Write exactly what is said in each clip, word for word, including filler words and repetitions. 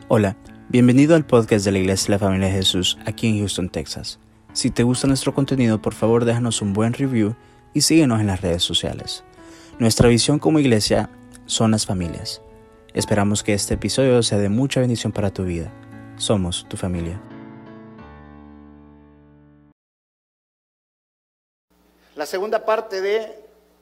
Hola, bienvenido al podcast de la Iglesia de la Familia de Jesús aquí en Houston, Texas. Si te gusta nuestro contenido, por favor déjanos un buen review y síguenos en las redes sociales. Nuestra visión como iglesia son las familias. Esperamos que este episodio sea de mucha bendición para tu vida. Somos tu familia. La segunda parte de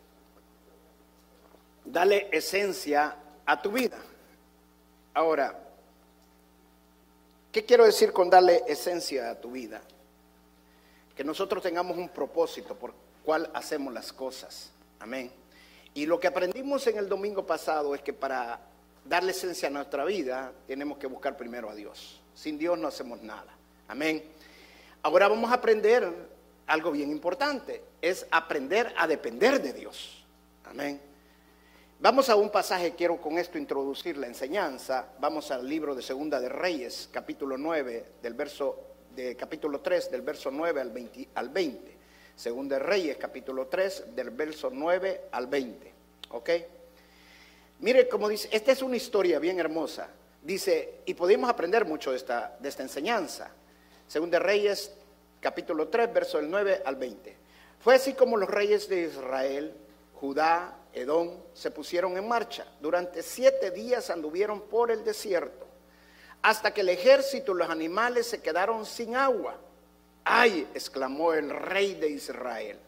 darle esencia a tu vida. Ahora, ¿qué quiero decir con darle esencia a tu vida? Que nosotros tengamos un propósito por cual hacemos las cosas. Amén. Y lo que aprendimos en el domingo pasado es que para darle esencia a nuestra vida tenemos que buscar primero a Dios. Sin Dios no hacemos nada. Amén. Ahora vamos a aprender algo bien importante. Es aprender a depender de Dios. Amén. Vamos a un pasaje, quiero con esto introducir la enseñanza. Vamos al libro de Segunda de Reyes, capítulo nueve, del verso de capítulo tres, del verso nueve al veinte, al veinte. Segunda de Reyes, capítulo tres, del verso nueve al veinte. ¿Ok? Mire cómo dice, esta es una historia bien hermosa. Dice, y podemos aprender mucho de esta, de esta enseñanza. Segunda de Reyes, capítulo tres, verso del nueve al veinte. Fue así como los reyes de Israel, Judá, Edom, se pusieron en marcha. Durante siete días anduvieron por el desierto, hasta que el ejército y los animales se quedaron sin agua. ¡Ay!, exclamó el rey de Israel.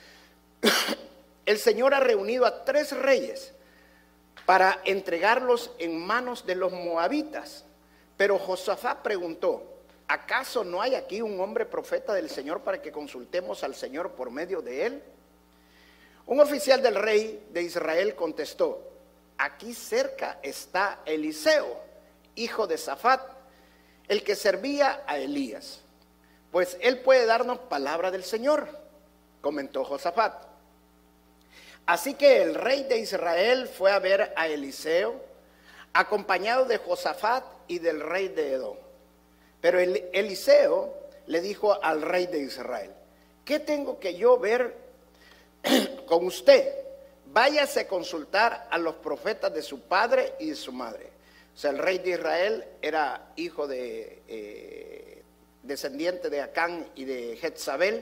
El Señor ha reunido a tres reyes para entregarlos en manos de los moabitas. Pero Josafat preguntó, ¿acaso no hay aquí un hombre profeta del Señor para que consultemos al Señor por medio de él? Un oficial del rey de Israel contestó, aquí cerca está Eliseo, hijo de Safat, el que servía a Elías. Pues él puede darnos palabra del Señor, comentó Josafat. Así que el rey de Israel fue a ver a Eliseo, acompañado de Josafat y del rey de Edom. Pero el, Eliseo le dijo al rey de Israel, ¿qué tengo que yo ver con usted? Váyase a consultar a los profetas de su padre y de su madre. O sea, el rey de Israel era hijo de, eh, descendiente de Acán y de Jezabel,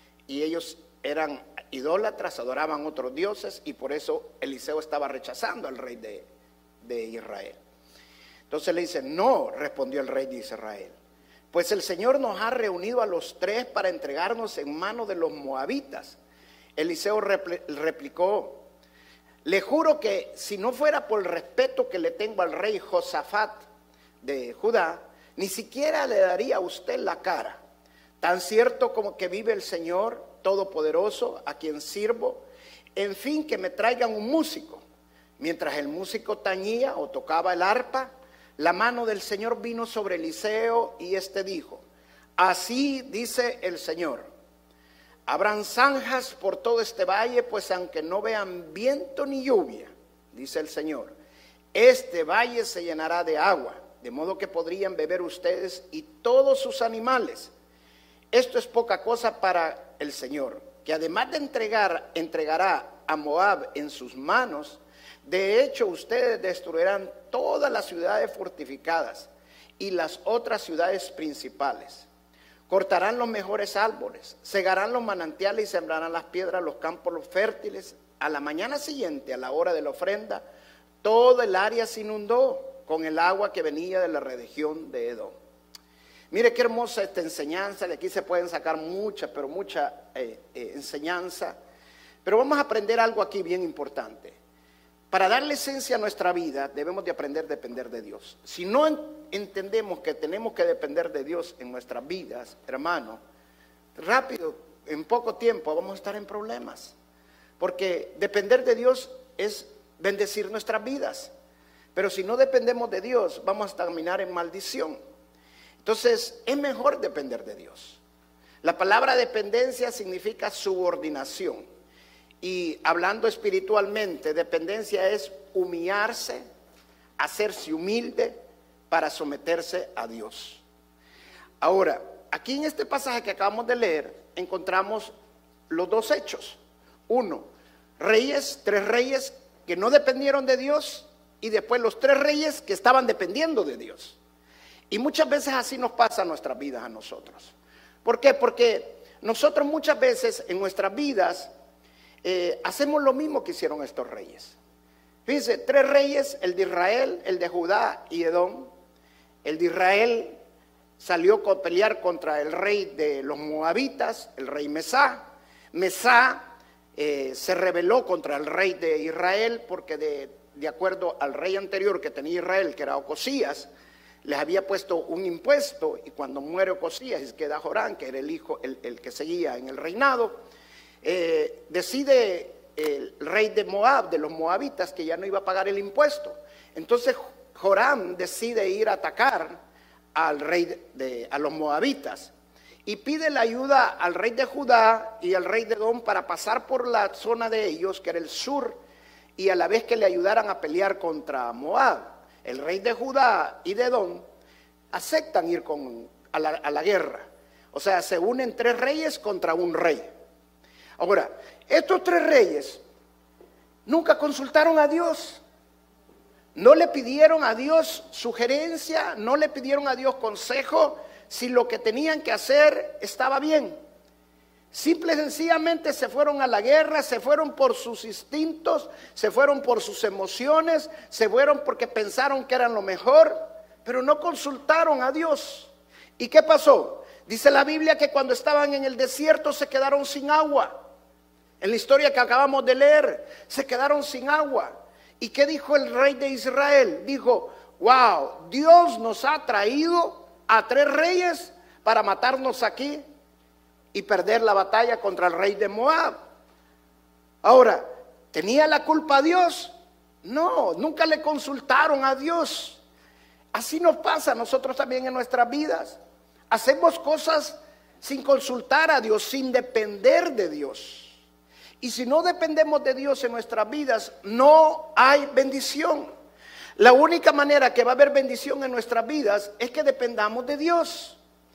y ellos eran idólatras, adoraban otros dioses, y por eso Eliseo estaba rechazando al rey de, de Israel. Entonces le dice, no, respondió el rey de Israel, pues el Señor nos ha reunido a los tres para entregarnos en manos de los moabitas. Eliseo replicó, le juro que si no fuera por el respeto que le tengo al rey Josafat de Judá, ni siquiera le daría a usted la cara. Tan cierto como que vive el Señor Todopoderoso, a quien sirvo, en fin, que me traigan un músico. Mientras el músico tañía o tocaba el arpa, la mano del Señor vino sobre Eliseo y éste dijo, así dice el Señor, habrán zanjas por todo este valle, pues aunque no vean viento ni lluvia, dice el Señor, este valle se llenará de agua, de modo que podrían beber ustedes y todos sus animales. Esto es poca cosa para el Señor, que además de entregar, entregará a Moab en sus manos. De hecho, ustedes destruirán todas las ciudades fortificadas y las otras ciudades principales. Cortarán los mejores árboles, cegarán los manantiales y sembrarán las piedras, los campos los fértiles. A la mañana siguiente, a la hora de la ofrenda, todo el área se inundó con el agua que venía de la región de Edom. Mire qué hermosa esta enseñanza, de aquí se pueden sacar mucha, pero mucha eh, eh, enseñanza. Pero vamos a aprender algo aquí bien importante. Para darle esencia a nuestra vida, debemos de aprender a depender de Dios. Si no entendemos que tenemos que depender de Dios en nuestras vidas, hermano, rápido, en poco tiempo vamos a estar en problemas. Porque depender de Dios es bendecir nuestras vidas. Pero si no dependemos de Dios, vamos a terminar en maldición. Entonces, es mejor depender de Dios. La palabra dependencia significa subordinación. Y hablando espiritualmente, dependencia es humillarse, hacerse humilde para someterse a Dios. Ahora, aquí en este pasaje que acabamos de leer, encontramos los dos hechos. Uno, reyes, tres reyes que no dependieron de Dios, y después los tres reyes que estaban dependiendo de Dios. Y muchas veces así nos pasa en nuestras vidas a nosotros. ¿Por qué? Porque nosotros muchas veces en nuestras vidas eh, hacemos lo mismo que hicieron estos reyes. Fíjense, tres reyes, el de Israel, el de Judá y Edom. El de Israel salió a pelear contra el rey de los moabitas, el rey Mesá. Mesá eh, se rebeló contra el rey de Israel porque de, de acuerdo al rey anterior que tenía Israel, que era Ocosías, les había puesto un impuesto, y cuando muere Ocosías y queda Jorán, que era el hijo, el, el que seguía en el reinado, eh, decide el rey de Moab, de los moabitas, que ya no iba a pagar el impuesto. Entonces Joram decide ir a atacar al rey de, de, a los moabitas, y pide la ayuda al rey de Judá y al rey de Edom para pasar por la zona de ellos, que era el sur, y a la vez que le ayudaran a pelear contra Moab. El rey de Judá y de Edom aceptan ir con, a, la, a la guerra. O sea, se unen tres reyes contra un rey. Ahora, estos tres reyes nunca consultaron a Dios. No le pidieron a Dios sugerencia, no le pidieron a Dios consejo si lo que tenían que hacer estaba bien. Simple y sencillamente se fueron a la guerra, se fueron por sus instintos, se fueron por sus emociones, se fueron porque pensaron que eran lo mejor, pero no consultaron a Dios. ¿Y qué pasó? Dice la Biblia que cuando estaban en el desierto se quedaron sin agua. En la historia que acabamos de leer, se quedaron sin agua. ¿Y qué dijo el rey de Israel? Dijo, wow, Dios nos ha traído a tres reyes para matarnos aquí y perder la batalla contra el rey de Moab. Ahora, ¿tenía la culpa Dios? No, nunca le consultaron a Dios. Así nos pasa a nosotros también en nuestras vidas. Hacemos cosas sin consultar a Dios, sin depender de Dios. Y si no dependemos de Dios en nuestras vidas, no hay bendición. La única manera que va a haber bendición en nuestras vidas es que dependamos de Dios.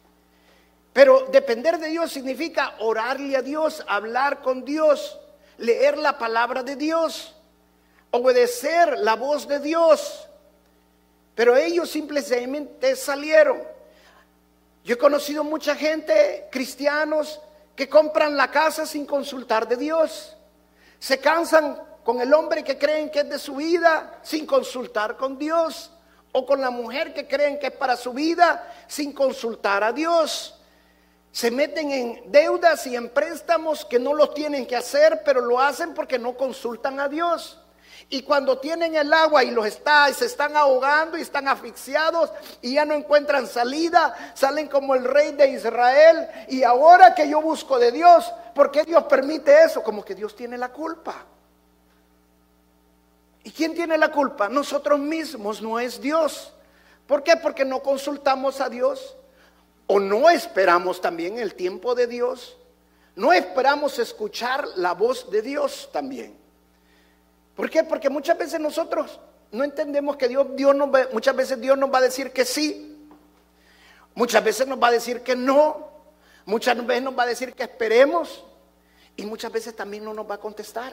Pero depender de Dios significa orarle a Dios, hablar con Dios, leer la palabra de Dios, obedecer la voz de Dios. Pero ellos simplemente salieron. Yo he conocido mucha gente, cristianos, que compran la casa sin consultar de Dios. Se cansan con el hombre que creen que es de su vida sin consultar con Dios. O con la mujer que creen que es para su vida sin consultar a Dios. Se meten en deudas y en préstamos que no los tienen que hacer, pero lo hacen porque no consultan a Dios. Y cuando tienen el agua y los está, y se están ahogando y están asfixiados y ya no encuentran salida, salen como el rey de Israel. Y ahora que yo busco de Dios, ¿por qué Dios permite eso? Como que Dios tiene la culpa. ¿Y quién tiene la culpa? Nosotros mismos, no es Dios. ¿Por qué? Porque no consultamos a Dios. O no esperamos también el tiempo de Dios. No esperamos escuchar la voz de Dios también. ¿Por qué? Porque muchas veces nosotros no entendemos que Dios, Dios nos va, muchas veces Dios nos va a decir que sí. Muchas veces nos va a decir que no. Muchas veces nos va a decir que esperemos. Y muchas veces también no nos va a contestar.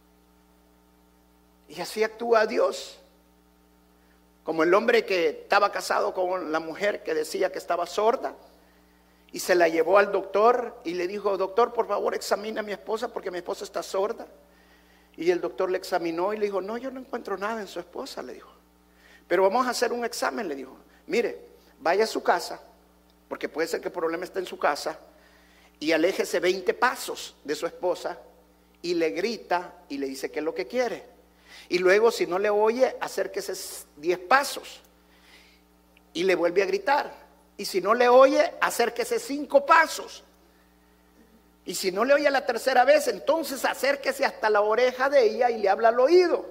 Y así actúa Dios. Como el hombre que estaba casado con la mujer que decía que estaba sorda y se la llevó al doctor y le dijo, doctor, por favor examina a mi esposa porque mi esposa está sorda. Y el doctor le examinó y le dijo, no, yo no encuentro nada en su esposa, le dijo. Pero vamos a hacer un examen, le dijo. Mire, vaya a su casa, porque puede ser que el problema esté en su casa, y aléjese veinte pasos de su esposa y le grita y le dice qué es lo que quiere. Y luego, si no le oye, acérquese diez pasos y le vuelve a gritar. Y si no le oye, acérquese cinco pasos. Y si no le oye la tercera vez, entonces acérquese hasta la oreja de ella y le habla al oído.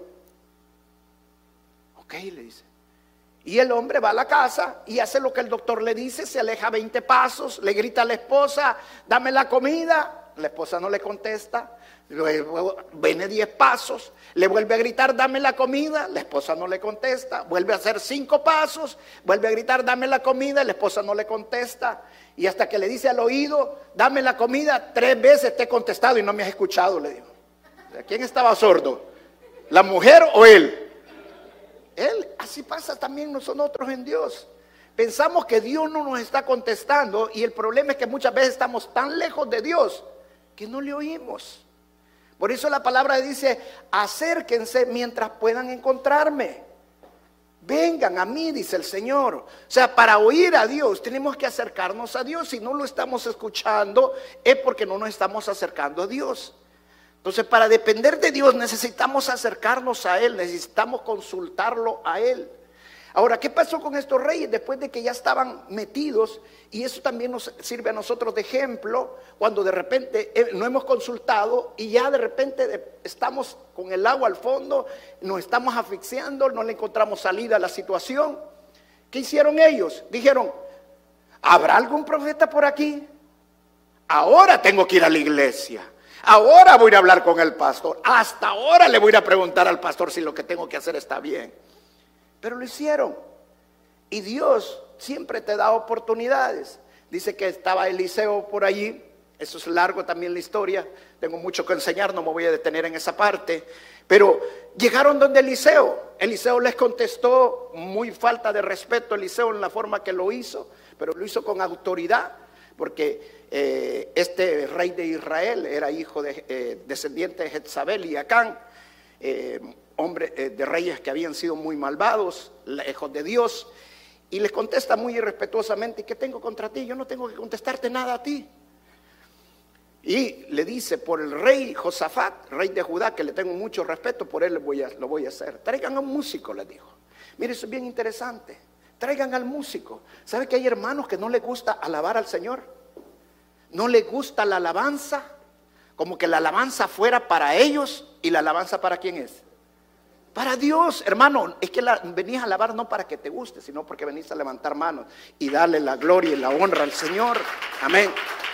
Ok, le dice. Y el hombre va a la casa y hace lo que el doctor le dice, se aleja veinte pasos, le grita a la esposa, dame la comida. La esposa no le contesta. Luego viene diez pasos, le vuelve a gritar, dame la comida. La esposa no le contesta. Vuelve a hacer cinco pasos, vuelve a gritar, dame la comida. La esposa no le contesta. Y hasta que le dice al oído, dame la comida, tres veces te he contestado y no me has escuchado, le digo. ¿Quién estaba sordo? ¿La mujer o él? Él. Así pasa también nosotros en Dios. Pensamos que Dios no nos está contestando y el problema es que muchas veces estamos tan lejos de Dios que no le oímos. Por eso la palabra dice, acérquense mientras puedan encontrarme. Vengan a mí, dice el Señor. O sea, para oír a Dios tenemos que acercarnos a Dios. Si no lo estamos escuchando es porque no nos estamos acercando a Dios. Entonces, para depender de Dios necesitamos acercarnos a Él, necesitamos consultarlo a Él. Ahora, ¿qué pasó con estos reyes después de que ya estaban metidos? Y eso también nos sirve a nosotros de ejemplo, cuando de repente no hemos consultado y ya de repente estamos con el agua al fondo, nos estamos asfixiando, no le encontramos salida a la situación. ¿Qué hicieron ellos? Dijeron, ¿habrá algún profeta por aquí? Ahora tengo que ir a la iglesia. Ahora voy a ir a hablar con el pastor. Hasta ahora le voy a ir a preguntar al pastor si lo que tengo que hacer está bien. Pero lo hicieron. Y Dios siempre te da oportunidades. Dice que estaba Eliseo por allí. Eso es largo también la historia. Tengo mucho que enseñar, no me voy a detener en esa parte. Pero llegaron donde Eliseo. Eliseo les contestó, muy falta de respeto Eliseo en la forma que lo hizo, pero lo hizo con autoridad. Porque eh, este rey de Israel era hijo de eh, descendiente de Jezabel y Acán, eh, hombre eh, de reyes que habían sido muy malvados, lejos de Dios, y les contesta muy irrespetuosamente, ¿qué tengo contra ti? Yo no tengo que contestarte nada a ti. Y le dice, por el rey Josafat, rey de Judá, que le tengo mucho respeto, por él lo voy a, lo voy a hacer. Traigan a un músico, les dijo. Mire, eso es bien interesante. Traigan al músico. ¿Sabe que hay hermanos que no les gusta alabar al Señor? No les gusta la alabanza, como que la alabanza fuera para ellos. ¿Y la alabanza para quién es? Para Dios, hermano. Es que la, venís a alabar no para que te guste, sino porque venís a levantar manos y darle la gloria y la honra al Señor. Amén.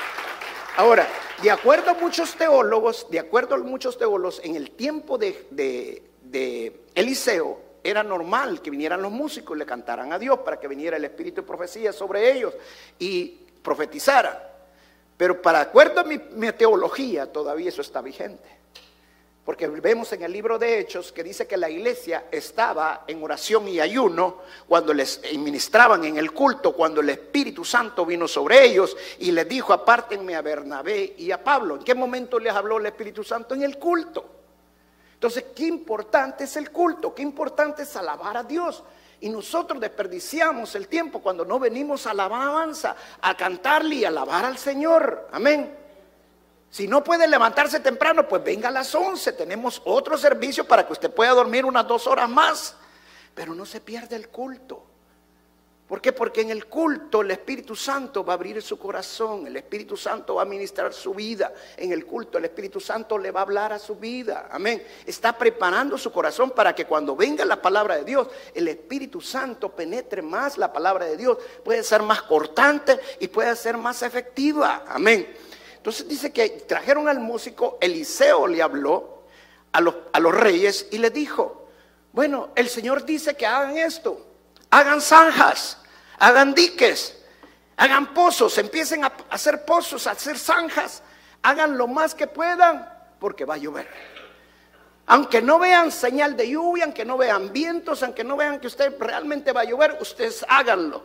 Ahora, de acuerdo a muchos teólogos, de acuerdo a muchos teólogos, en el tiempo de, de, de Eliseo, era normal que vinieran los músicos y le cantaran a Dios para que viniera el espíritu de profecía sobre ellos y profetizaran. Pero para acuerdo a mi, mi teología, todavía eso está vigente. Porque vemos en el libro de Hechos que dice que la iglesia estaba en oración y ayuno cuando les ministraban en el culto, cuando el Espíritu Santo vino sobre ellos y les dijo, apártenme a Bernabé y a Pablo. ¿En qué momento les habló el Espíritu Santo? En el culto. Entonces, qué importante es el culto, qué importante es alabar a Dios. Y nosotros desperdiciamos el tiempo cuando no venimos a la alabanza, a cantarle y alabar al Señor. Amén. Si no puede levantarse temprano, pues venga a las once. Tenemos otro servicio para que usted pueda dormir unas dos horas más. Pero no se pierda el culto. ¿Por qué? Porque en el culto el Espíritu Santo va a abrir su corazón, el Espíritu Santo va a ministrar su vida. En el culto el Espíritu Santo le va a hablar a su vida, amén. Está preparando su corazón para que cuando venga la palabra de Dios, el Espíritu Santo penetre más la palabra de Dios, puede ser más cortante y puede ser más efectiva, amén. Entonces dice que trajeron al músico, Eliseo le habló a los, a los reyes y les dijo, bueno, el Señor dice que hagan esto. Hagan zanjas, hagan diques, hagan pozos, empiecen a hacer pozos, a hacer zanjas, hagan lo más que puedan, porque va a llover. Aunque no vean señal de lluvia, aunque no vean vientos, aunque no vean que usted realmente va a llover, ustedes háganlo.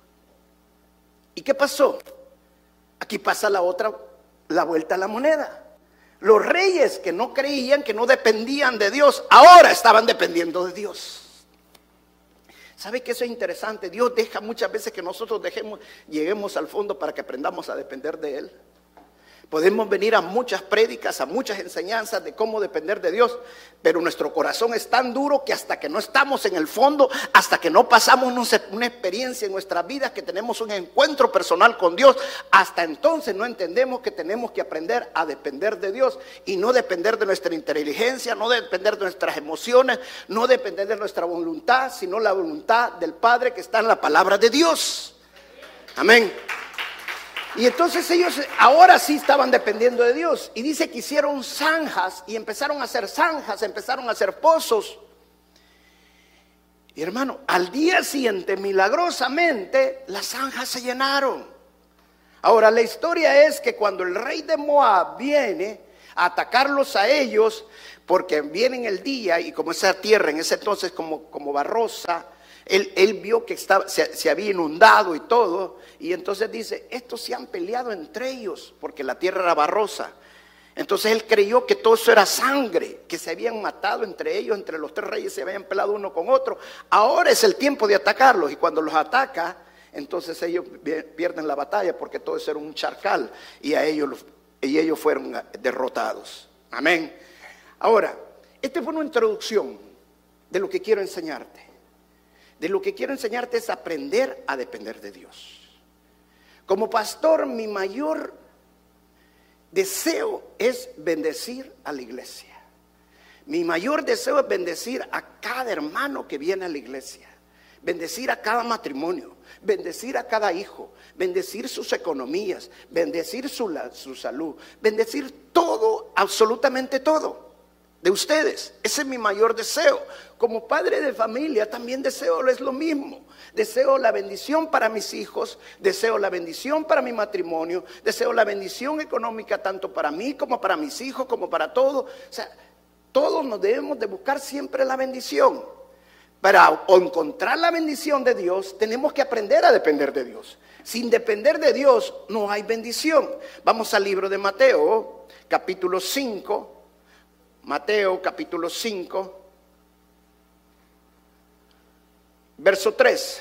¿Y qué pasó? Aquí pasa la otra, la vuelta a la moneda. Los reyes que no creían, que no dependían de Dios, ahora estaban dependiendo de Dios. ¿Sabe que eso es interesante? Dios deja muchas veces que nosotros dejemos, lleguemos al fondo para que aprendamos a depender de Él. Podemos venir a muchas prédicas, a muchas enseñanzas de cómo depender de Dios, pero nuestro corazón es tan duro que hasta que no estamos en el fondo, hasta que no pasamos una experiencia en nuestras vidas, que tenemos un encuentro personal con Dios, hasta entonces no entendemos que tenemos que aprender a depender de Dios y no depender de nuestra inteligencia, no depender de nuestras emociones, no depender de nuestra voluntad, sino la voluntad del Padre que está en la palabra de Dios. Amén. Y entonces ellos ahora sí estaban dependiendo de Dios. Y dice que hicieron zanjas y empezaron a hacer zanjas, empezaron a hacer pozos. Y hermano, al día siguiente, milagrosamente, las zanjas se llenaron. Ahora, la historia es que cuando el rey de Moab viene a atacarlos a ellos, porque viene el día y como esa tierra en ese entonces como, como barrosa, Él, él vio que estaba, se, se había inundado y todo, y entonces dice, estos se han peleado entre ellos, porque la tierra era barrosa. Entonces él creyó que todo eso era sangre, que se habían matado entre ellos, entre los tres reyes se habían peleado uno con otro. Ahora es el tiempo de atacarlos, y cuando los ataca, entonces ellos pierden la batalla, porque todo eso era un charcal, y, a ellos, y ellos fueron derrotados. Amén. Ahora, esta fue una introducción de lo que quiero enseñarte. De lo que quiero enseñarte es aprender a depender de Dios. Como pastor, mi mayor deseo es bendecir a la iglesia. Mi mayor deseo es bendecir a cada hermano que viene a la iglesia. Bendecir a cada matrimonio, bendecir a cada hijo, bendecir sus economías, bendecir su, su salud, bendecir todo, absolutamente todo de ustedes. Ese es mi mayor deseo. Como padre de familia también deseo, es lo mismo. Deseo la bendición para mis hijos, deseo la bendición para mi matrimonio, deseo la bendición económica tanto para mí como para mis hijos, como para todos. O sea, todos nos debemos de buscar siempre la bendición. Para encontrar la bendición de Dios, tenemos que aprender a depender de Dios. Sin depender de Dios no hay bendición. Vamos al libro de Mateo, capítulo cinco. Mateo capítulo cinco, verso tres.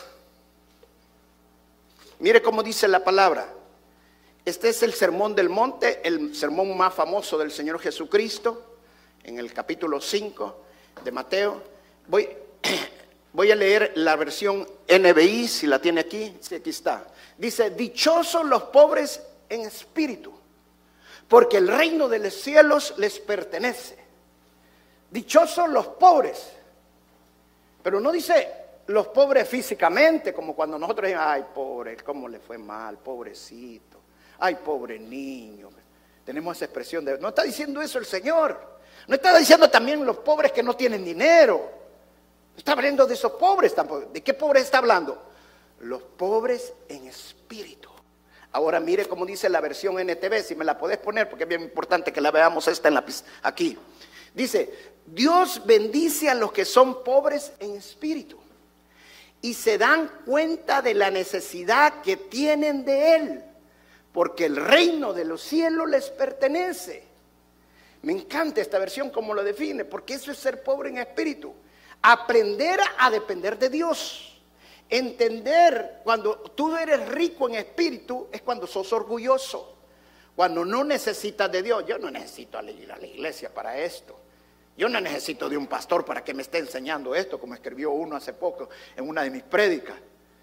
Mire cómo dice la palabra. Este es el sermón del monte, el sermón más famoso del Señor Jesucristo, en el capítulo cinco de Mateo. Voy, voy a leer la versión N B I, si la tiene aquí. Sí, aquí está. Dice, dichosos los pobres en espíritu, porque el reino de los cielos les pertenece. Dichosos los pobres, pero no dice los pobres físicamente, como cuando nosotros decimos, ay, pobre, cómo le fue mal, pobrecito, ay, pobre niño. Tenemos esa expresión de, no está diciendo eso el Señor, no está diciendo también los pobres que no tienen dinero, no está hablando de esos pobres tampoco. ¿De qué pobres está hablando? Los pobres en espíritu. Ahora mire cómo dice la versión N T V, si me la podés poner, porque es bien importante que la veamos esta en la, aquí. Dice, Dios bendice a los que son pobres en espíritu y se dan cuenta de la necesidad que tienen de Él, porque el reino de los cielos les pertenece. Me encanta esta versión como lo define, porque eso es ser pobre en espíritu. Aprender a depender de Dios. Entender cuando tú eres rico en espíritu es cuando sos orgulloso. Cuando no necesitas de Dios. Yo no necesito ir a la iglesia para esto. Yo no necesito de un pastor para que me esté enseñando esto, como escribió uno hace poco en una de mis prédicas.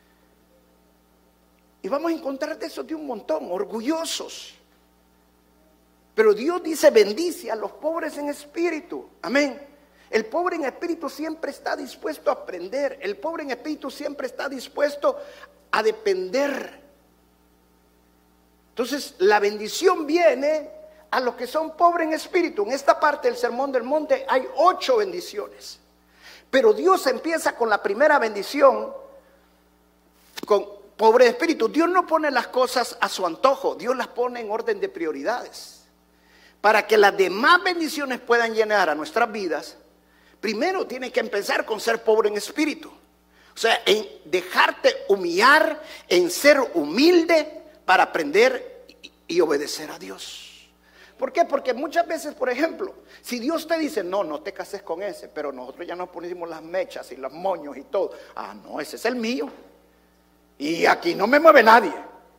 Y vamos a encontrar de eso de un montón, orgullosos. Pero Dios dice, bendice a los pobres en espíritu. Amén. El pobre en espíritu siempre está dispuesto a aprender. El pobre en espíritu siempre está dispuesto a depender. Entonces, la bendición viene a los que son pobres en espíritu. En esta parte del Sermón del Monte hay ocho bendiciones. Pero Dios empieza con la primera bendición, con pobre de espíritu. Dios no pone las cosas a su antojo, Dios las pone en orden de prioridades. Para que las demás bendiciones puedan llenar a nuestras vidas, primero tienes que empezar con ser pobre en espíritu. O sea, en dejarte humillar, en ser humilde para aprender y, y obedecer a Dios. ¿Por qué? Porque muchas veces, por ejemplo, si Dios te dice, no, no te cases con ese, pero nosotros ya nos ponemos las mechas y los moños y todo. Ah, no, ese es el mío. Y aquí no me mueve nadie.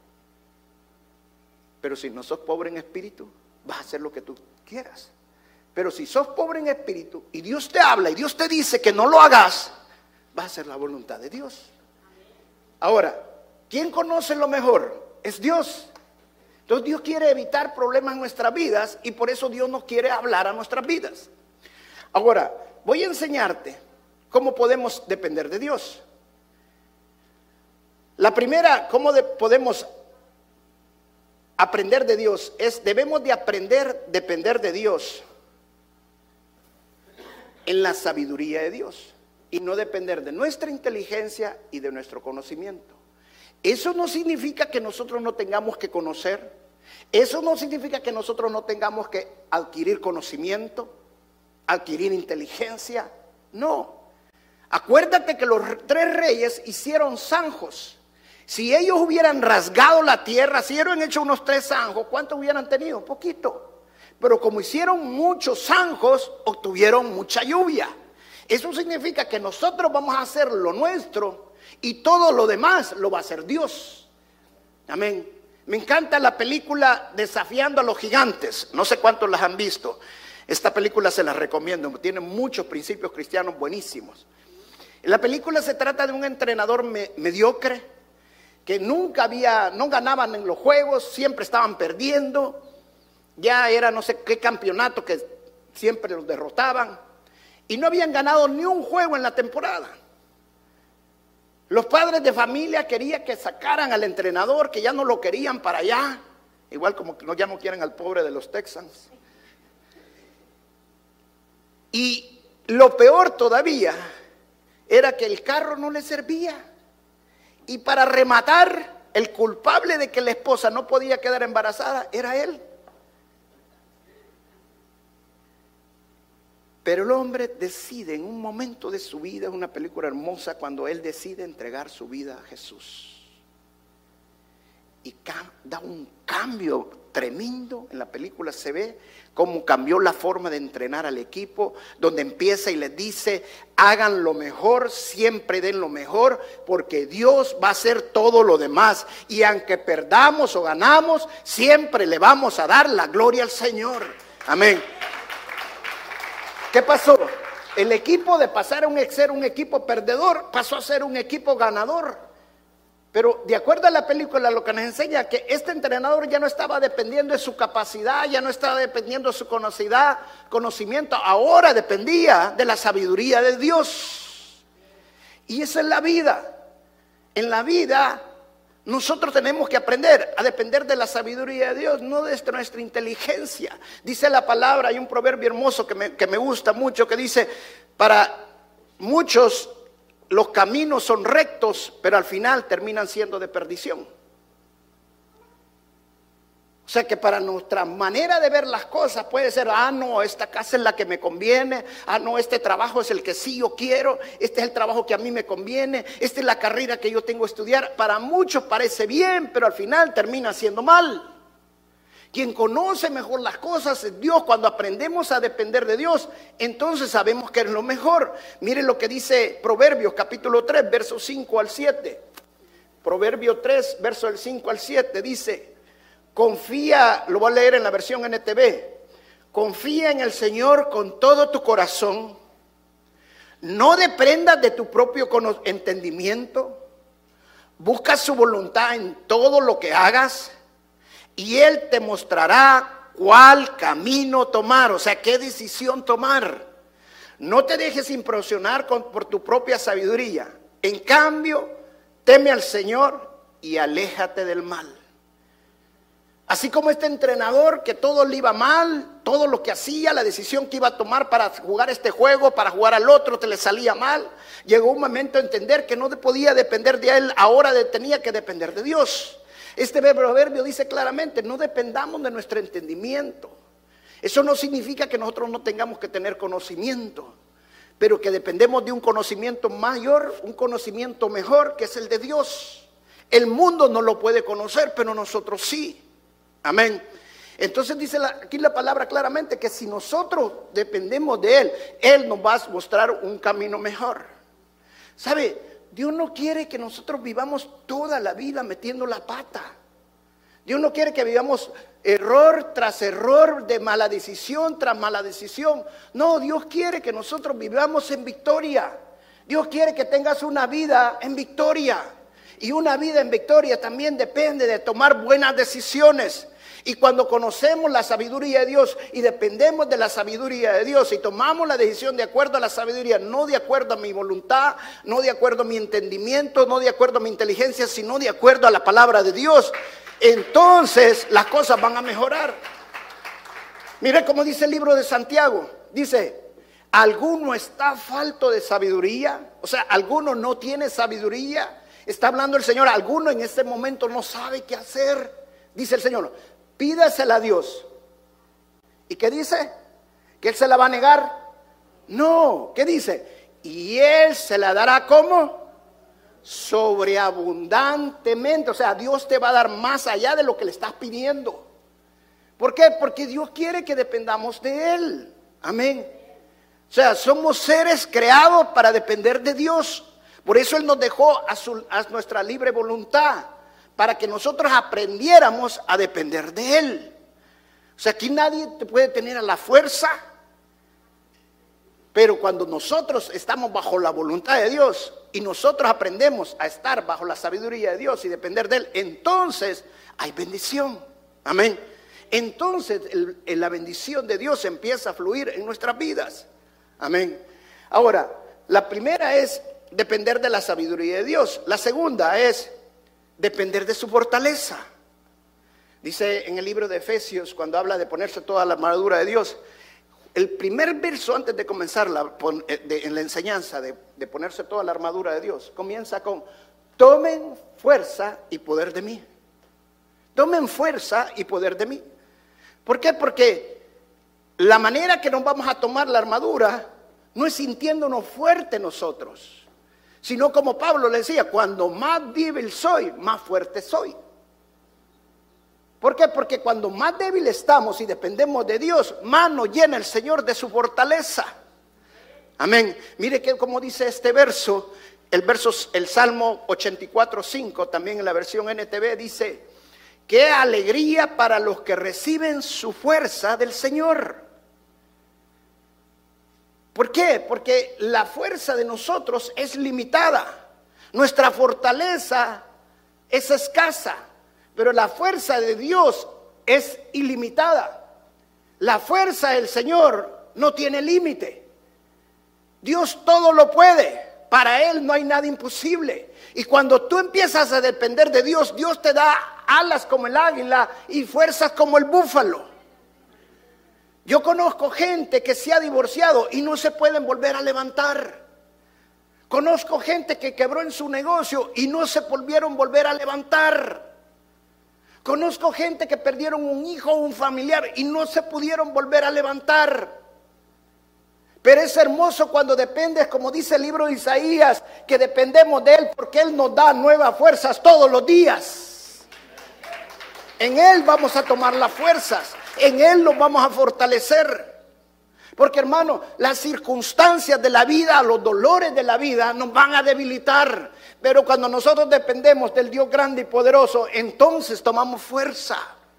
Pero si no sos pobre en espíritu, vas a hacer lo que tú quieras. Pero si sos pobre en espíritu y Dios te habla y Dios te dice que no lo hagas, vas a hacer la voluntad de Dios. Ahora, ¿quién conoce lo mejor? Es Dios. Entonces Dios quiere evitar problemas en nuestras vidas y por eso Dios nos quiere hablar a nuestras vidas. Ahora, voy a enseñarte cómo podemos depender de Dios. La primera, cómo de, podemos aprender de Dios, es debemos de aprender a depender de Dios en la sabiduría de Dios y no depender de nuestra inteligencia y de nuestro conocimiento. Eso no significa que nosotros no tengamos que conocer, eso no significa que nosotros no tengamos que adquirir conocimiento, adquirir inteligencia, no. Acuérdate que los tres reyes hicieron zanjos. Si ellos hubieran rasgado la tierra, si hubieran hecho unos tres zanjos, ¿cuántos hubieran tenido? Poquito. Pero como hicieron muchos zanjos, obtuvieron mucha lluvia. Eso significa que nosotros vamos a hacer lo nuestro y todo lo demás lo va a hacer Dios. Amén. Me encanta la película Desafiando a los Gigantes. No sé cuántos las han visto. Esta película se la recomiendo. Tiene muchos principios cristianos buenísimos. La película se trata de un entrenador me- mediocre que nunca había, no ganaban en los juegos, siempre estaban perdiendo. Ya era no sé qué campeonato que siempre los derrotaban. Y no habían ganado ni un juego en la temporada. Los padres de familia querían que sacaran al entrenador, que ya no lo querían para allá. Igual como que no, ya no quieren al pobre de los Texans. Y lo peor todavía era que el carro no le servía. Y para rematar, el culpable de que la esposa no podía quedar embarazada era él. Pero el hombre decide en un momento de su vida, es una película hermosa, cuando él decide entregar su vida a Jesús. Y da un cambio tremendo. En la película se ve cómo cambió la forma de entrenar al equipo, donde empieza y les dice, hagan lo mejor, siempre den lo mejor, porque Dios va a hacer todo lo demás. Y aunque perdamos o ganamos, siempre le vamos a dar la gloria al Señor. Amén. ¿Qué pasó? El equipo de pasar a un, ser un equipo perdedor pasó a ser un equipo ganador. Pero de acuerdo a la película, lo que nos enseña que este entrenador ya no estaba dependiendo de su capacidad, ya no estaba dependiendo de su conocimiento, ahora dependía de la sabiduría de Dios. Y esa es la vida. En la vida nosotros tenemos que aprender a depender de la sabiduría de Dios, no de nuestra inteligencia. Dice la palabra, hay un proverbio hermoso que me, que me gusta mucho, que dice, para muchos los caminos son rectos, pero al final terminan siendo de perdición. O sea que para nuestra manera de ver las cosas puede ser, ah no, esta casa es la que me conviene, ah no, este trabajo es el que sí yo quiero, este es el trabajo que a mí me conviene, esta es la carrera que yo tengo que estudiar. Para muchos parece bien, pero al final termina siendo mal. Quien conoce mejor las cosas es Dios. Cuando aprendemos a depender de Dios, entonces sabemos que es lo mejor. Miren lo que dice Proverbios capítulo tres, versos cinco al siete. Proverbio tres, versos del cinco al siete, dice, confía, lo voy a leer en la versión N T V, confía en el Señor con todo tu corazón, no dependas de tu propio entendimiento, busca su voluntad en todo lo que hagas, y Él te mostrará cuál camino tomar, o sea, qué decisión tomar. No te dejes impresionar con, por tu propia sabiduría. En cambio, teme al Señor y aléjate del mal. Así como este entrenador que todo le iba mal, todo lo que hacía, la decisión que iba a tomar para jugar este juego, para jugar al otro, te le salía mal. Llegó un momento a entender que no podía depender de él, ahora tenía que depender de Dios. Este proverbio dice claramente, no dependamos de nuestro entendimiento. Eso no significa que nosotros no tengamos que tener conocimiento, pero que dependemos de un conocimiento mayor, un conocimiento mejor, que es el de Dios. El mundo no lo puede conocer, pero nosotros sí. Amén. Entonces dice la, aquí la palabra claramente que si nosotros dependemos de Él, Él nos va a mostrar un camino mejor. ¿Sabe? Dios no quiere que nosotros vivamos toda la vida metiendo la pata. Dios no quiere que vivamos error tras error, de mala decisión tras mala decisión. No, Dios quiere que nosotros vivamos en victoria. Dios quiere que tengas una vida en victoria. Y una vida en victoria también depende de tomar buenas decisiones. Y cuando conocemos la sabiduría de Dios y dependemos de la sabiduría de Dios y tomamos la decisión de acuerdo a la sabiduría, no de acuerdo a mi voluntad, no de acuerdo a mi entendimiento, no de acuerdo a mi inteligencia, sino de acuerdo a la palabra de Dios, entonces las cosas van a mejorar. Mire cómo dice el libro de Santiago, dice, ¿alguno está falto de sabiduría? O sea, ¿alguno no tiene sabiduría? Está hablando el Señor, ¿alguno en este momento no sabe qué hacer? Dice el Señor, pídasela a Dios. ¿Y qué dice? ¿Que Él se la va a negar? No, ¿qué dice? y Él se la dará ¿cómo? Sobreabundantemente. O sea, Dios te va a dar más allá de lo que le estás pidiendo. ¿Por qué? Porque Dios quiere que dependamos de Él. Amén. O sea, somos seres creados para depender de Dios. Por eso Él nos dejó a, su, a nuestra libre voluntad, para que nosotros aprendiéramos a depender de Él. O sea, aquí nadie te puede tener a la fuerza, pero cuando nosotros estamos bajo la voluntad de Dios y nosotros aprendemos a estar bajo la sabiduría de Dios y depender de Él, entonces hay bendición. Amén. Entonces el, el, la bendición de Dios empieza a fluir en nuestras vidas. Amén. Ahora, la primera es depender de la sabiduría de Dios. La segunda es depender de su fortaleza. Dice en el libro de Efesios, cuando habla de ponerse toda la armadura de Dios, el primer verso antes de comenzar la, de, en la enseñanza de, de ponerse toda la armadura de Dios, comienza con: tomen fuerza y poder de mí. Tomen fuerza y poder de mí. ¿Por qué? Porque la manera que nos vamos a tomar la armadura no es sintiéndonos fuertes nosotros, sino como Pablo le decía: cuando más débil soy, más fuerte soy. ¿Por qué? Porque cuando más débil estamos y dependemos de Dios, más nos llena el Señor de su fortaleza. Amén. Mire que como dice este verso, el verso, el Salmo ochenta y cuatro, cinco, también en la versión N T V, dice: qué alegría para los que reciben su fuerza del Señor. ¿Por qué? Porque la fuerza de nosotros es limitada. Nuestra fortaleza es escasa, pero la fuerza de Dios es ilimitada. La fuerza del Señor no tiene límite. Dios todo lo puede. Para Él no hay nada imposible. Y cuando tú empiezas a depender de Dios, Dios te da alas como el águila y fuerzas como el búfalo. Yo conozco gente que se ha divorciado y no se pueden volver a levantar. Conozco gente que quebró en su negocio y no se volvieron a volver a levantar. Conozco gente que perdieron un hijo o un familiar y no se pudieron volver a levantar. Pero es hermoso cuando dependes, como dice el libro de Isaías, que dependemos de Él porque Él nos da nuevas fuerzas todos los días. En Él vamos a tomar las fuerzas, en Él nos vamos a fortalecer. Porque, hermano, las circunstancias de la vida, los dolores de la vida nos van a debilitar. Pero cuando nosotros dependemos del Dios grande y poderoso, entonces tomamos fuerza.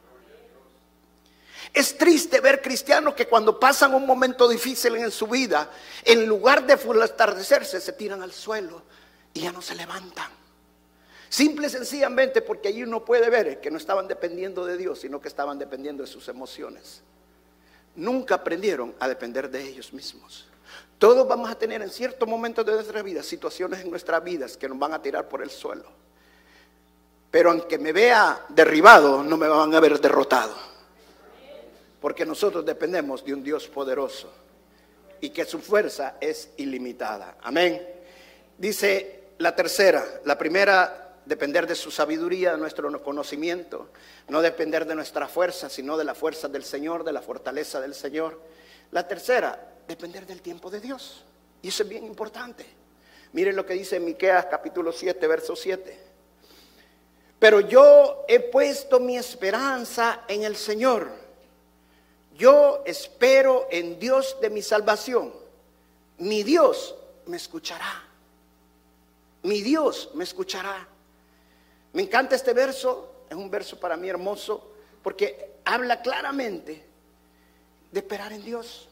Es triste ver cristianos que cuando pasan un momento difícil en su vida, en lugar de fortalecerse, se tiran al suelo y ya no se levantan. Simple y sencillamente porque allí uno puede ver que no estaban dependiendo de Dios, sino que estaban dependiendo de sus emociones. Nunca aprendieron a depender de ellos mismos. Todos vamos a tener en ciertos momentos de nuestra vida situaciones en nuestras vidas que nos van a tirar por el suelo. Pero aunque me vea derribado, no me van a ver derrotado. Porque nosotros dependemos de un Dios poderoso y que su fuerza es ilimitada. Amén. Dice la tercera, la primera, depender de su sabiduría, de nuestro conocimiento. No depender de nuestra fuerza, sino de la fuerza del Señor, de la fortaleza del Señor. La tercera, depender del tiempo de Dios. Y eso es bien importante. Miren lo que dice en Miqueas capítulo siete, verso siete. Pero yo he puesto mi esperanza en el Señor. Yo espero en Dios de mi salvación. Mi Dios me escuchará. Mi Dios me escuchará. Me encanta este verso. Es un verso para mí hermoso porque habla claramente de esperar en Dios.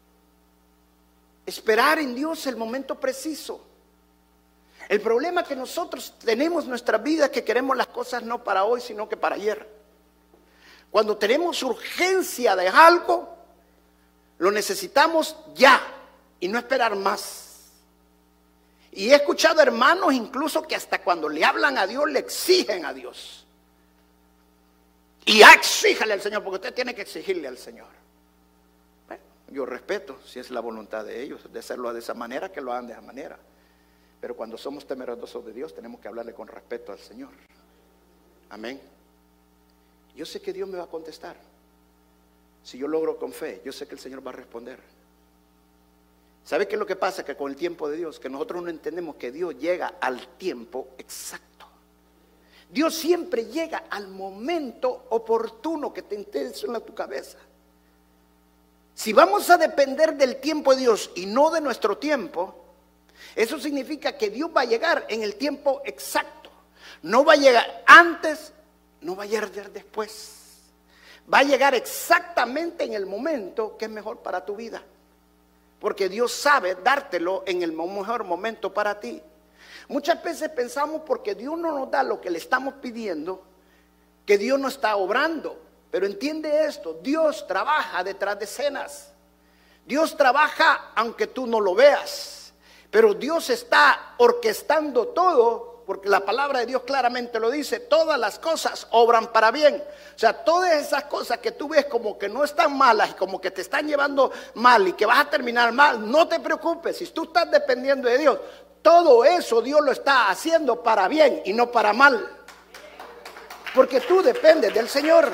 Esperar en Dios el momento preciso. El problema que nosotros tenemos en nuestra vida es que queremos las cosas no para hoy, sino que para ayer. Cuando tenemos urgencia de algo, lo necesitamos ya y no esperar más. Y he escuchado hermanos incluso que hasta cuando le hablan a Dios, le exigen a Dios. Y ya exíjale al Señor, porque usted tiene que exigirle al Señor. Bueno, yo respeto si es la voluntad de ellos, de hacerlo de esa manera, que lo hagan de esa manera. Pero cuando somos temerosos de Dios, tenemos que hablarle con respeto al Señor. Amén. Yo sé que Dios me va a contestar. Si yo logro con fe, yo sé que el Señor va a responder. ¿Sabe qué es lo que pasa? Que con el tiempo de Dios, que nosotros no entendemos que Dios llega al tiempo exacto. Dios siempre llega al momento oportuno que te interesa en tu cabeza. Si vamos a depender del tiempo de Dios y no de nuestro tiempo, eso significa que Dios va a llegar en el tiempo exacto. No va a llegar antes, no va a llegar después. Va a llegar exactamente en el momento que es mejor para tu vida. Porque Dios sabe dártelo en el mejor momento para ti. Muchas veces pensamos porque Dios no nos da lo que le estamos pidiendo, que Dios no está obrando. Pero entiende esto, Dios trabaja detrás de escenas. Dios trabaja aunque tú no lo veas. Pero Dios está orquestando todo, porque la palabra de Dios claramente lo dice, todas las cosas obran para bien. O sea, todas esas cosas que tú ves como que no están malas y como que te están llevando mal y que vas a terminar mal, no te preocupes, si tú estás dependiendo de Dios, todo eso Dios lo está haciendo para bien y no para mal. Porque tú dependes del Señor.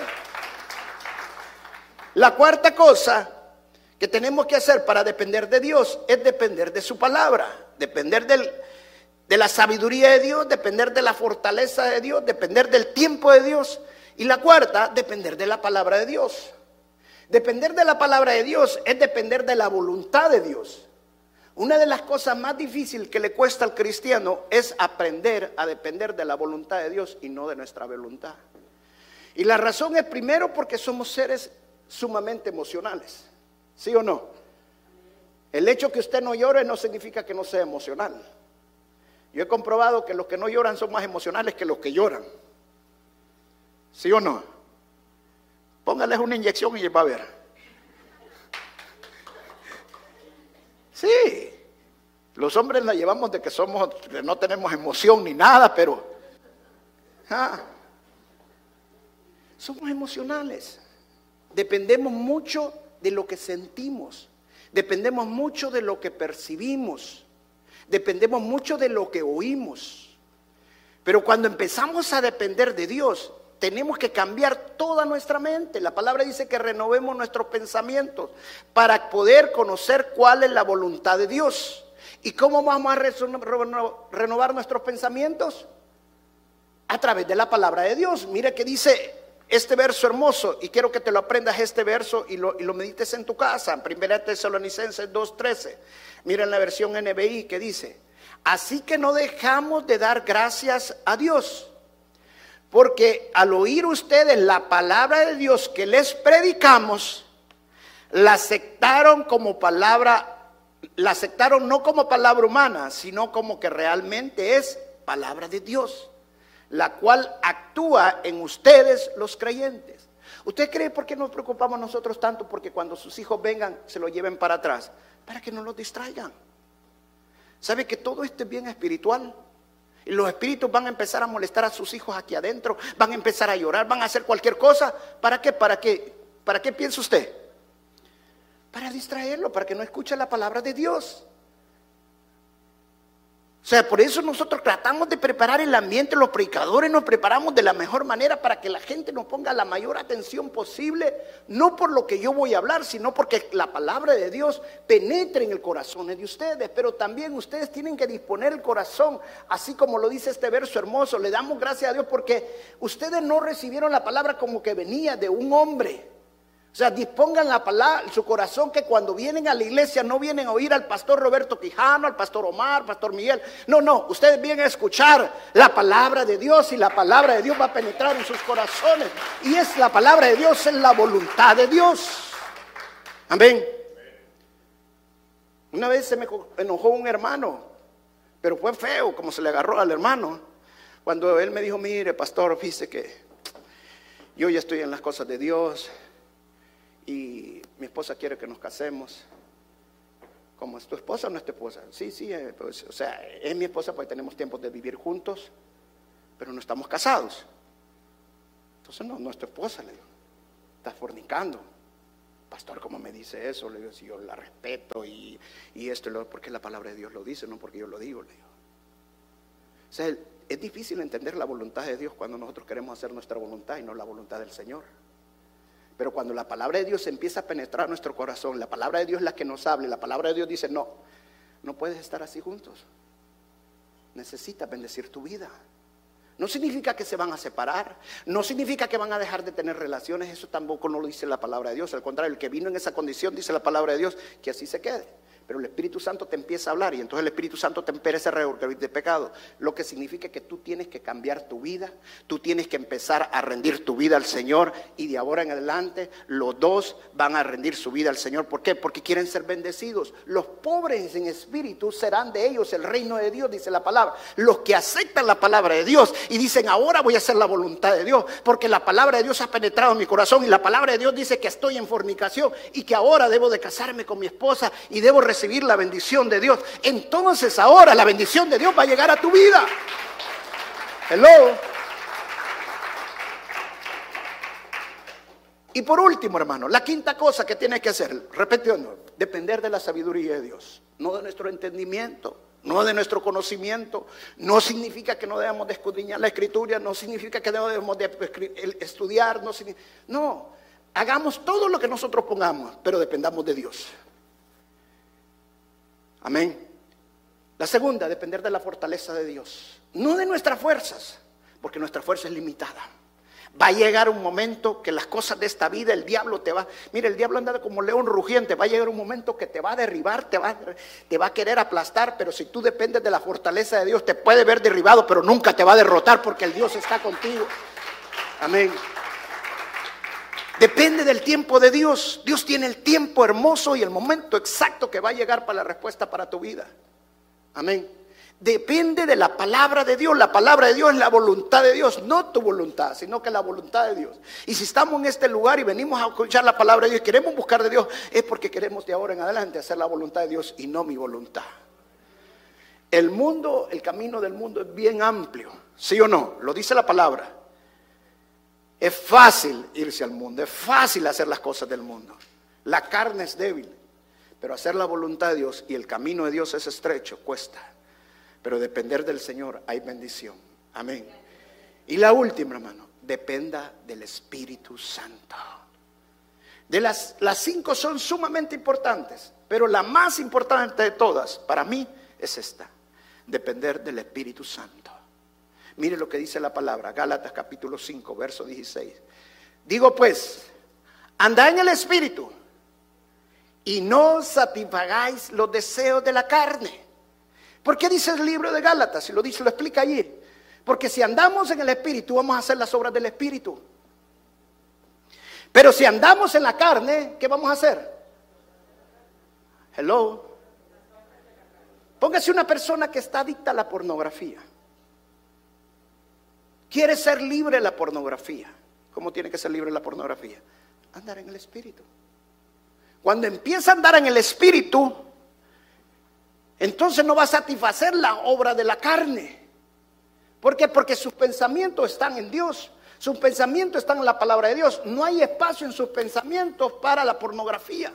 La cuarta cosa que tenemos que hacer para depender de Dios es depender de su palabra, depender del, de la sabiduría de Dios, depender de la fortaleza de Dios, depender del tiempo de Dios. Y la cuarta, depender de la palabra de Dios. Depender de la palabra de Dios es depender de la voluntad de Dios. Una de las cosas más difíciles que le cuesta al cristiano es aprender a depender de la voluntad de Dios y no de nuestra voluntad. Y la razón es primero porque somos seres sumamente emocionales, ¿sí o no? El hecho que usted no llore no significa que no sea emocional. Yo he comprobado que los que no lloran son más emocionales que los que lloran, ¿sí o no? Póngales una inyección y va a ver. Sí, los hombres la llevamos de que somos, que no tenemos emoción ni nada, pero ah, somos emocionales. Dependemos mucho de lo que sentimos, dependemos mucho de lo que percibimos, dependemos mucho de lo que oímos. Pero cuando empezamos a depender de Dios, tenemos que cambiar toda nuestra mente. La palabra dice que renovemos nuestros pensamientos para poder conocer cuál es la voluntad de Dios. ¿Y cómo vamos a renovar nuestros pensamientos? A través de la palabra de Dios. Mira que dice este verso hermoso, y quiero que te lo aprendas este verso y lo, y lo medites en tu casa, en primera Tesalonicenses dos trece. Mira en la versión N B I que dice: así que no dejamos de dar gracias a Dios, porque al oír ustedes la palabra de Dios que les predicamos, la aceptaron como palabra, la aceptaron no como palabra humana, sino como que realmente es palabra de Dios, la cual actúa en ustedes los creyentes. ¿Usted cree por qué nos preocupamos nosotros tanto? Porque cuando sus hijos vengan se lo lleven para atrás, para que no los distraigan. ¿Sabe que todo esto es bien espiritual? Y los espíritus van a empezar a molestar a sus hijos aquí adentro, van a empezar a llorar, van a hacer cualquier cosa. ¿Para qué? ¿Para qué? ¿Para qué piensa usted? Para distraerlo, para que no escuche la palabra de Dios. O sea, por eso nosotros tratamos de preparar el ambiente, los predicadores nos preparamos de la mejor manera para que la gente nos ponga la mayor atención posible, no por lo que yo voy a hablar, sino porque la palabra de Dios penetre en el corazón de ustedes. Pero también ustedes tienen que disponer el corazón, así como lo dice este verso hermoso. Le damos gracias a Dios porque ustedes no recibieron la palabra como que venía de un hombre. O sea, dispongan la palabra, su corazón, que cuando vienen a la iglesia no vienen a oír al pastor Roberto Quijano, al pastor Omar, al pastor Miguel. No, no, ustedes vienen a escuchar la palabra de Dios y la palabra de Dios va a penetrar en sus corazones. Y es la palabra de Dios, es la voluntad de Dios. Amén. Una vez se me enojó un hermano, pero fue feo como se le agarró al hermano. Cuando él me dijo: mire, pastor, fíjese que yo ya estoy en las cosas de Dios y mi esposa quiere que nos casemos. ¿Cómo es tu esposa o no es tu esposa? Sí, sí, pues, o sea, es mi esposa porque tenemos tiempo de vivir juntos, pero no estamos casados. Entonces no, no es tu esposa, le digo. Estás fornicando. Pastor, ¿cómo me dice eso? Le digo, si yo la respeto y, y esto, lo, porque la palabra de Dios lo dice, no porque yo lo digo, le digo. O sea, es difícil entender la voluntad de Dios cuando nosotros queremos hacer nuestra voluntad y no la voluntad del Señor. Pero cuando la palabra de Dios empieza a penetrar nuestro corazón, la palabra de Dios es la que nos habla, la palabra de Dios dice, no, no puedes estar así juntos. Necesitas bendecir tu vida. No significa que se van a separar, no significa que van a dejar de tener relaciones, eso tampoco no lo dice la palabra de Dios. Al contrario, el que vino en esa condición, dice la palabra de Dios, que así se quede. Pero el Espíritu Santo te empieza a hablar y entonces el Espíritu Santo te empieza a reorganizar de pecado. Lo que significa que tú tienes que cambiar tu vida, tú tienes que empezar a rendir tu vida al Señor y de ahora en adelante los dos van a rendir su vida al Señor. ¿Por qué? Porque quieren ser bendecidos. Los pobres en espíritu serán de ellos el reino de Dios, dice la palabra. Los que aceptan la palabra de Dios y dicen ahora voy a hacer la voluntad de Dios porque la palabra de Dios ha penetrado en mi corazón y la palabra de Dios dice que estoy en fornicación y que ahora debo de casarme con mi esposa y debo recibir recibir la bendición de Dios. Entonces ahora la bendición de Dios va a llegar a tu vida. Hello. Y por último, hermano, la quinta cosa que tienes que hacer, repitiendo, depender de la sabiduría de Dios, no de nuestro entendimiento, no de nuestro conocimiento. No significa que no debamos de escudriñar la Escritura, no significa que no debemos de estudiar, no, no, hagamos todo lo que nosotros pongamos, pero dependamos de Dios. Amén. La segunda, depender de la fortaleza de Dios, no de nuestras fuerzas, porque nuestra fuerza es limitada. Va a llegar un momento que las cosas de esta vida, el diablo te va, mire, el diablo anda como león rugiente, va a llegar un momento que te va a derribar, te va, te va a querer aplastar, pero si tú dependes de la fortaleza de Dios, te puede ver derribado, pero nunca te va a derrotar porque el Dios está contigo. Amén. Depende del tiempo de Dios. Dios tiene el tiempo hermoso y el momento exacto que va a llegar para la respuesta para tu vida. Amén. Depende de la palabra de Dios. La palabra de Dios es la voluntad de Dios, no tu voluntad, sino que la voluntad de Dios. Y si estamos en este lugar y venimos a escuchar la palabra de Dios y queremos buscar de Dios, es porque queremos de ahora en adelante hacer la voluntad de Dios y no mi voluntad. El mundo, el camino del mundo es bien amplio, ¿sí o no? Lo dice la palabra. Es fácil irse al mundo, es fácil hacer las cosas del mundo. La carne es débil, pero hacer la voluntad de Dios y el camino de Dios es estrecho, cuesta. Pero depender del Señor hay bendición. Amén. Y la última, hermano, dependa del Espíritu Santo. De las, las cinco son sumamente importantes, pero la más importante de todas para mí es esta: depender del Espíritu Santo. Mire lo que dice la palabra, Gálatas capítulo cinco, verso dieciséis. Digo pues, andad en el Espíritu y no satisfagáis los deseos de la carne. ¿Por qué dice el libro de Gálatas? Si lo dice, lo explica allí. Porque si andamos en el Espíritu, vamos a hacer las obras del Espíritu. Pero si andamos en la carne, ¿qué vamos a hacer? Hello. Póngase una persona que está adicta a la pornografía. Quiere ser libre de la pornografía. ¿Cómo tiene que ser libre de la pornografía? Andar en el Espíritu. Cuando empieza a andar en el Espíritu, entonces no va a satisfacer la obra de la carne. ¿Por qué? Porque sus pensamientos están en Dios. Sus pensamientos están en la palabra de Dios. No hay espacio en sus pensamientos para la pornografía.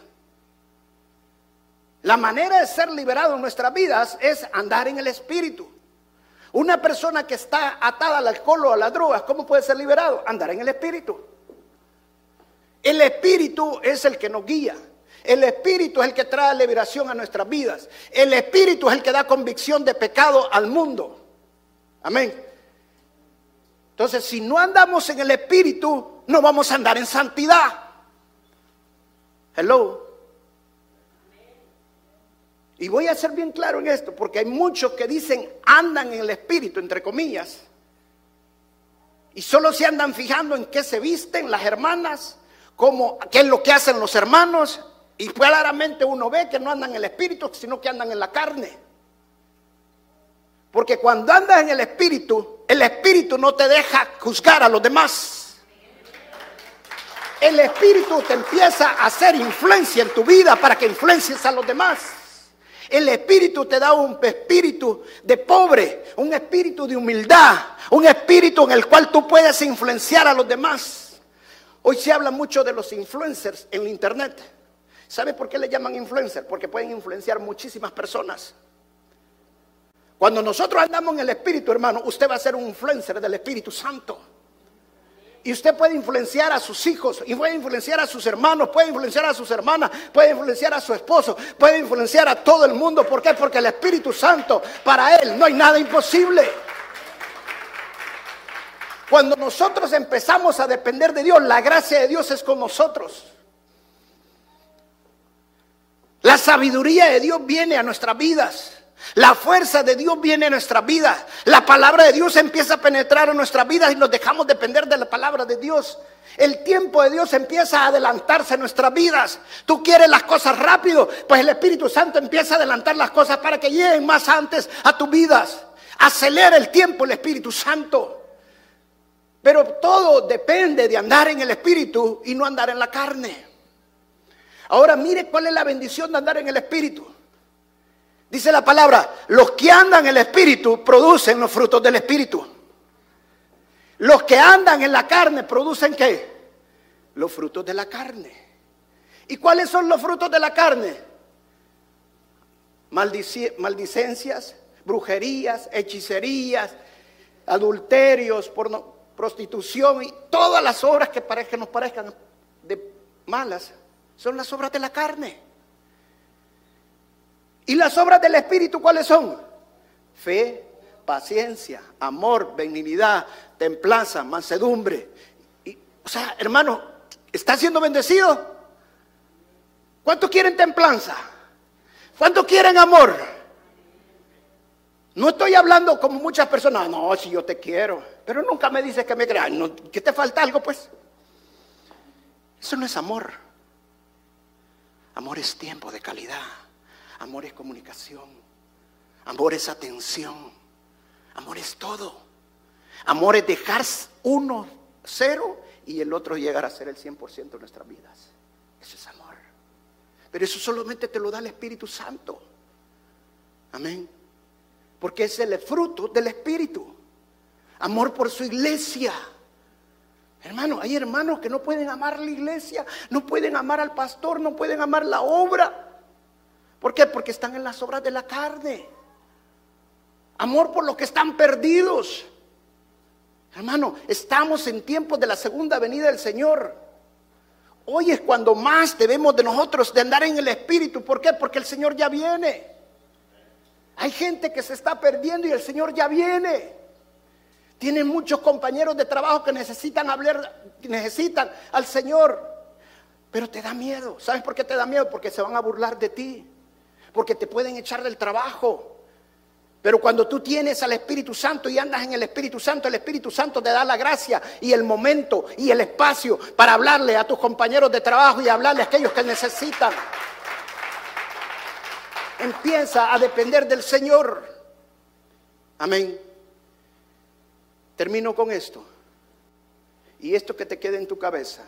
La manera de ser liberado en nuestras vidas es andar en el Espíritu. Una persona que está atada al alcohol o a las drogas, ¿cómo puede ser liberado? Andar en el Espíritu. El Espíritu es el que nos guía. El Espíritu es el que trae liberación a nuestras vidas. El Espíritu es el que da convicción de pecado al mundo. Amén. Entonces, si no andamos en el Espíritu, no vamos a andar en santidad. Hello. Y voy a ser bien claro en esto, porque hay muchos que dicen andan en el Espíritu, entre comillas, y solo se andan fijando en qué se visten las hermanas, cómo, qué es lo que hacen los hermanos, y claramente uno ve que no andan en el Espíritu, sino que andan en la carne. Porque cuando andas en el Espíritu, el Espíritu no te deja juzgar a los demás. El Espíritu te empieza a hacer influencia en tu vida para que influencies a los demás. El Espíritu te da un espíritu de pobre, un espíritu de humildad, un espíritu en el cual tú puedes influenciar a los demás. Hoy se habla mucho de los influencers en la internet. ¿Sabe por qué le llaman influencer? Porque pueden influenciar muchísimas personas. Cuando nosotros andamos en el Espíritu, hermano, usted va a ser un influencer del Espíritu Santo. Y usted puede influenciar a sus hijos, y puede influenciar a sus hermanos, puede influenciar a sus hermanas, puede influenciar a su esposo, puede influenciar a todo el mundo. ¿Por qué? Porque el Espíritu Santo, para Él no hay nada imposible. Cuando nosotros empezamos a depender de Dios, la gracia de Dios es con nosotros. La sabiduría de Dios viene a nuestras vidas. La fuerza de Dios viene a nuestras vidas. La palabra de Dios empieza a penetrar en nuestras vidas y nos dejamos depender de la palabra de Dios. El tiempo de Dios empieza a adelantarse en nuestras vidas. Tú quieres las cosas rápido, pues el Espíritu Santo empieza a adelantar las cosas para que lleguen más antes a tus vidas. Acelera el tiempo el Espíritu Santo. Pero todo depende de andar en el Espíritu y no andar en la carne. Ahora mire cuál es la bendición de andar en el Espíritu. Dice la palabra, los que andan en el Espíritu producen los frutos del Espíritu. Los que andan en la carne producen ¿qué? Los frutos de la carne. ¿Y cuáles son los frutos de la carne? Maldici- maldicencias, brujerías, hechicerías, adulterios, porno, prostitución y todas las obras que, parezcan, que nos parezcan de malas son las obras de la carne. ¿Y las obras del Espíritu cuáles son? Fe, paciencia, amor, benignidad, templanza, mansedumbre. Y, o sea, hermano, ¿está siendo bendecido? ¿Cuántos quieren templanza? ¿Cuántos quieren amor? No estoy hablando como muchas personas, no, si yo te quiero, pero nunca me dices que me creas, no, que te falta algo pues. Eso no es amor. Amor es tiempo de calidad. Amor es comunicación, amor es atención, amor es todo. Amor es dejar uno cero y el otro llegar a ser el cien por ciento de nuestras vidas. Eso es amor. Pero eso solamente te lo da el Espíritu Santo. Amén. Porque es el fruto del Espíritu. Amor por su iglesia. Hermano, hay hermanos que no pueden amar la iglesia, no pueden amar al pastor, no pueden amar la obra. ¿Por qué? Porque están en las obras de la carne. Amor por los que están perdidos. Hermano, estamos en tiempos de la segunda venida del Señor. Hoy es cuando más debemos de nosotros de andar en el Espíritu. ¿Por qué? Porque el Señor ya viene. Hay gente que se está perdiendo y el Señor ya viene. Tienen muchos compañeros de trabajo que necesitan hablar, que necesitan al Señor. Pero te da miedo. ¿Sabes por qué te da miedo? Porque se van a burlar de ti. Porque te pueden echar del trabajo. Pero cuando tú tienes al Espíritu Santo y andas en el Espíritu Santo, el Espíritu Santo te da la gracia y el momento y el espacio para hablarle a tus compañeros de trabajo y hablarle a aquellos que necesitan. Empieza a depender del Señor. Amén. Termino con esto. Y esto que te quede en tu cabeza.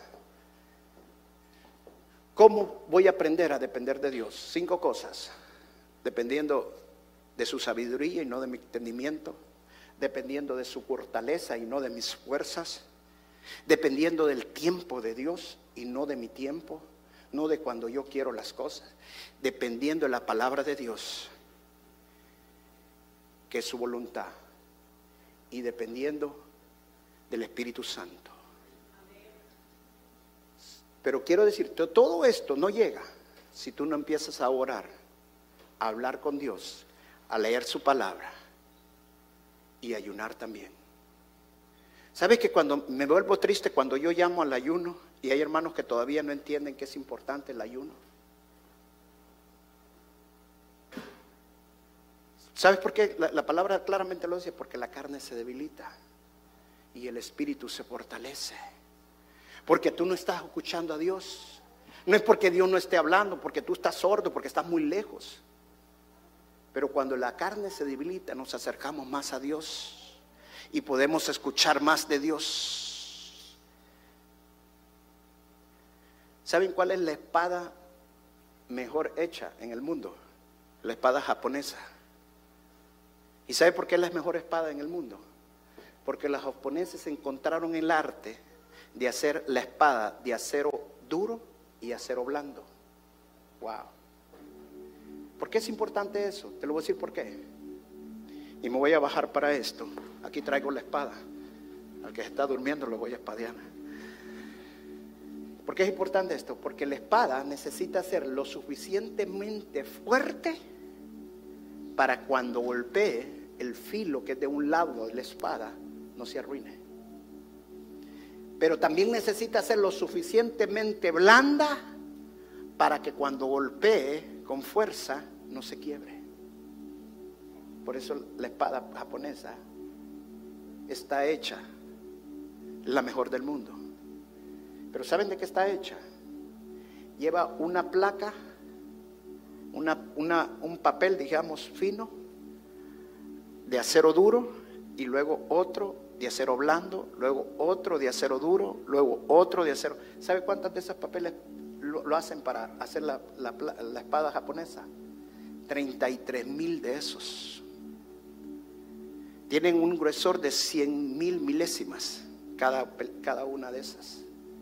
¿Cómo voy a aprender a depender de Dios? Cinco cosas. Dependiendo de su sabiduría y no de mi entendimiento. Dependiendo de su fortaleza y no de mis fuerzas. Dependiendo del tiempo de Dios y no de mi tiempo. No de cuando yo quiero las cosas. Dependiendo de la palabra de Dios, que es su voluntad. Y dependiendo del Espíritu Santo. Pero quiero decirte, todo esto no llega si tú no empiezas a orar, a hablar con Dios, a leer su palabra y a ayunar también. ¿Sabes que cuando me vuelvo triste cuando yo llamo al ayuno y hay hermanos que todavía no entienden que es importante el ayuno? ¿Sabes por qué? La, la palabra claramente lo dice, porque la carne se debilita y el espíritu se fortalece. Porque tú no estás escuchando a Dios. No es porque Dios no esté hablando, porque tú estás sordo, porque estás muy lejos. Pero cuando la carne se debilita, nos acercamos más a Dios y podemos escuchar más de Dios. ¿Saben cuál es la espada mejor hecha en el mundo? La espada japonesa. ¿Y sabe por qué es la mejor espada en el mundo? Porque los japoneses encontraron el arte de hacer la espada de acero duro y acero blando. Wow. ¿Por qué es importante eso? Te lo voy a decir por qué. Y me voy a bajar para esto. Aquí traigo la espada. Al que se está durmiendo lo voy a espadear. ¿Por qué es importante esto? Porque la espada necesita ser lo suficientemente fuerte para cuando golpee el filo que es de un lado de la espada no se arruine. Pero también necesita ser lo suficientemente blanda para que cuando golpee con fuerza no se quiebre. Por eso la espada japonesa está hecha la mejor del mundo. Pero ¿saben de qué está hecha? Lleva una placa, una, una, un papel, digamos, fino, de acero duro, y luego otro de acero blando, luego otro de acero duro, luego otro de acero. ¿Sabe cuántas de esos papeles lo, lo hacen para hacer la, la, la espada japonesa? treinta y tres mil de esos. Tienen un gruesor de cien mil milésimas cada, cada una de esas.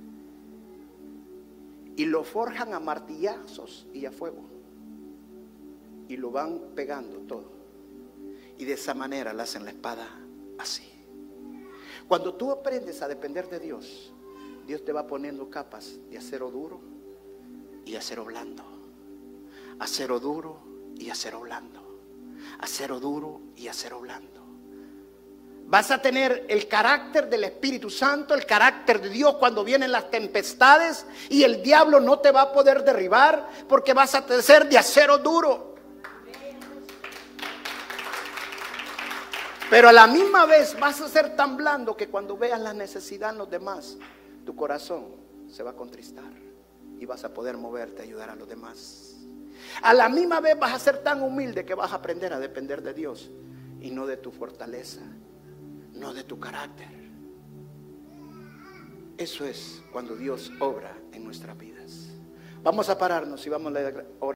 Y lo forjan a martillazos y a fuego. Y lo van pegando todo. Y de esa manera le hacen la espada así. Cuando tú aprendes a depender de Dios, Dios te va poniendo capas de acero duro y acero blando. Acero duro y acero blando. Acero duro y acero blando. Vas a tener el carácter del Espíritu Santo, el carácter de Dios cuando vienen las tempestades, y el diablo no te va a poder derribar porque vas a ser de acero duro. Pero a la misma vez vas a ser tan blando que cuando veas la necesidad en los demás, tu corazón se va a contristar y vas a poder moverte a ayudar a los demás. A la misma vez vas a ser tan humilde que vas a aprender a depender de Dios y no de tu fortaleza, no de tu carácter. Eso es cuando Dios obra en nuestras vidas. Vamos a pararnos y vamos a orar.